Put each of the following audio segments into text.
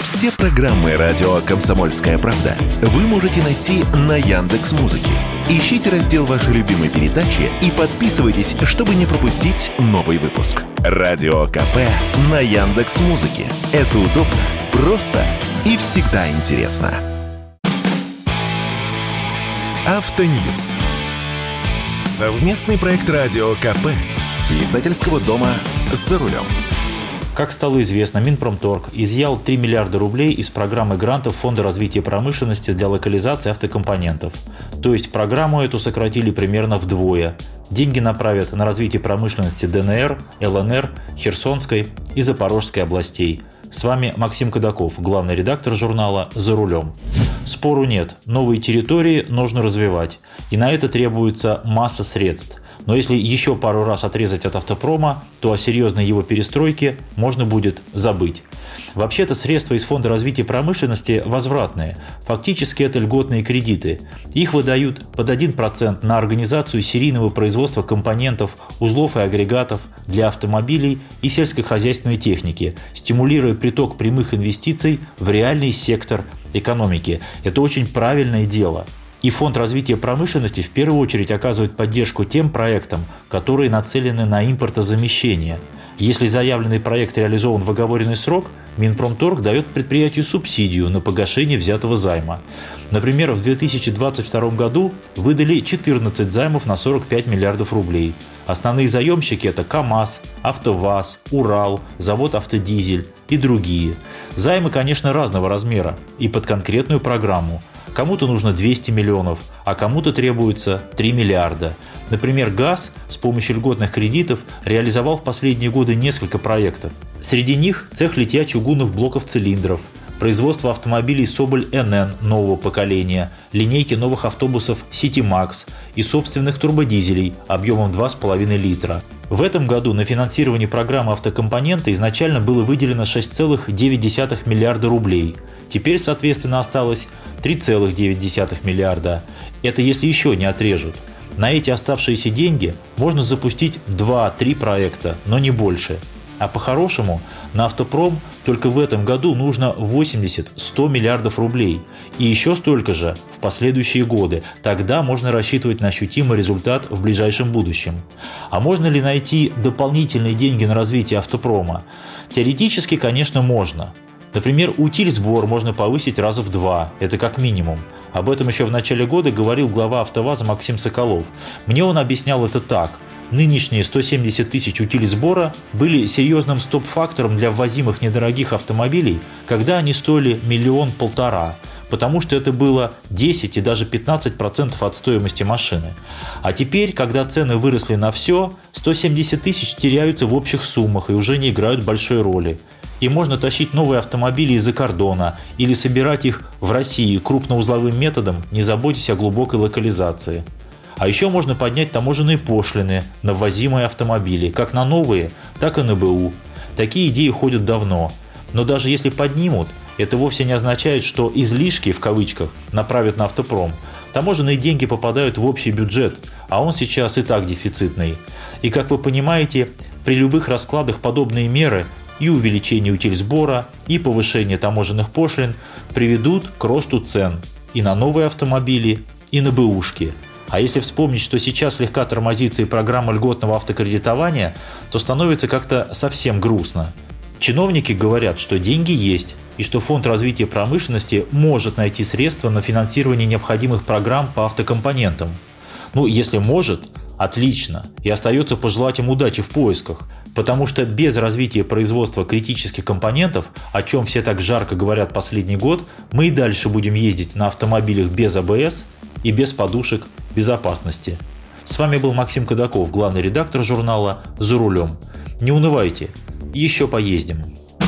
Все программы радио «Комсомольская правда» вы можете найти на Яндекс.Музыке. Ищите раздел вашей любимой передачи и подписывайтесь, чтобы не пропустить новый выпуск. Радио КП на Яндекс.Музыке. Это удобно, просто и всегда интересно. Автоньюз. Совместный проект радио КП и издательского дома «За рулем». Как стало известно, Минпромторг изъял 3 миллиарда рублей из программы грантов Фонда развития промышленности для локализации автокомпонентов. То есть программу эту сократили примерно вдвое. Деньги направят на развитие промышленности ДНР, ЛНР, Херсонской и Запорожской областей. С вами Максим Кадаков, главный редактор журнала «За рулем». Спору нет, новые территории нужно развивать, и на это требуется масса средств. Но если еще пару раз отрезать от автопрома, то о серьезной его перестройке можно будет забыть. Вообще-то средства из Фонда развития промышленности возвратные. Фактически это льготные кредиты. Их выдают под 1% на организацию серийного производства компонентов, узлов и агрегатов для автомобилей и сельскохозяйственной техники, стимулируя приток прямых инвестиций в реальный сектор экономики. Это очень правильное дело. И Фонд развития промышленности в первую очередь оказывает поддержку тем проектам, которые нацелены на импортозамещение. Если заявленный проект реализован в оговоренный срок, Минпромторг дает предприятию субсидию на погашение взятого займа. Например, в 2022 году выдали 14 займов на 45 миллиардов рублей. Основные заемщики – это КАМАЗ, АвтоВАЗ, Урал, завод «Автодизель» и другие. Займы, конечно, разного размера и под конкретную программу. Кому-то нужно 200 миллионов, а кому-то требуется 3 миллиарда. Например, ГАЗ с помощью льготных кредитов реализовал в последние годы несколько проектов. Среди них цех литья чугунных блоков цилиндров, производство автомобилей Соболь НН нового поколения, линейки новых автобусов Ситимакс и собственных турбодизелей объемом 2,5 литра. В этом году на финансирование программы автокомпоненты изначально было выделено 6,9 миллиарда рублей. Теперь, соответственно, осталось 3,9 миллиарда. Это если еще не отрежут. На эти оставшиеся деньги можно запустить 2-3 проекта, но не больше. А по-хорошему, на автопром только в этом году нужно 80-100 миллиардов рублей. И еще столько же в последующие годы. Тогда можно рассчитывать на ощутимый результат в ближайшем будущем. А можно ли найти дополнительные деньги на развитие автопрома? Теоретически, конечно, можно. Например, утильсбор можно повысить раза в 2, это как минимум. Об этом еще в начале года говорил глава АвтоВАЗа Максим Соколов. Мне он объяснял это так. Нынешние 170 тысяч утильсбора были серьезным стоп-фактором для ввозимых недорогих автомобилей, когда они стоили 1,5 миллиона, потому что это было 10 и даже 15% от стоимости машины. А теперь, когда цены выросли на все, 170 тысяч теряются в общих суммах и уже не играют большой роли. И можно тащить новые автомобили из-за кордона или собирать их в России крупноузловым методом, не заботясь о глубокой локализации. А еще можно поднять таможенные пошлины на ввозимые автомобили, как на новые, так и на БУ. Такие идеи ходят давно. Но даже если поднимут, это вовсе не означает, что «излишки» в кавычках направят на автопром. Таможенные деньги попадают в общий бюджет, а он сейчас и так дефицитный. И, как вы понимаете, при любых раскладах подобные меры и увеличение утильсбора, и повышение таможенных пошлин приведут к росту цен и на новые автомобили, и на бэушки. А если вспомнить, что сейчас слегка тормозится и программа льготного автокредитования, то становится как-то совсем грустно. Чиновники говорят, что деньги есть, и что Фонд развития промышленности может найти средства на финансирование необходимых программ по автокомпонентам. Ну, если может, отлично, и остается пожелать им удачи в поисках, потому что без развития производства критических компонентов, о чем все так жарко говорят последний год, мы и дальше будем ездить на автомобилях без АБС и без подушек безопасности. С вами был Максим Кадаков, главный редактор журнала «За рулем». Не унывайте, еще поездим.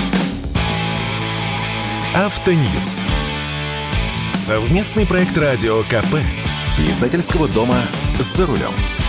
Автоньюз. Совместный проект радио КП и издательского дома «За рулем».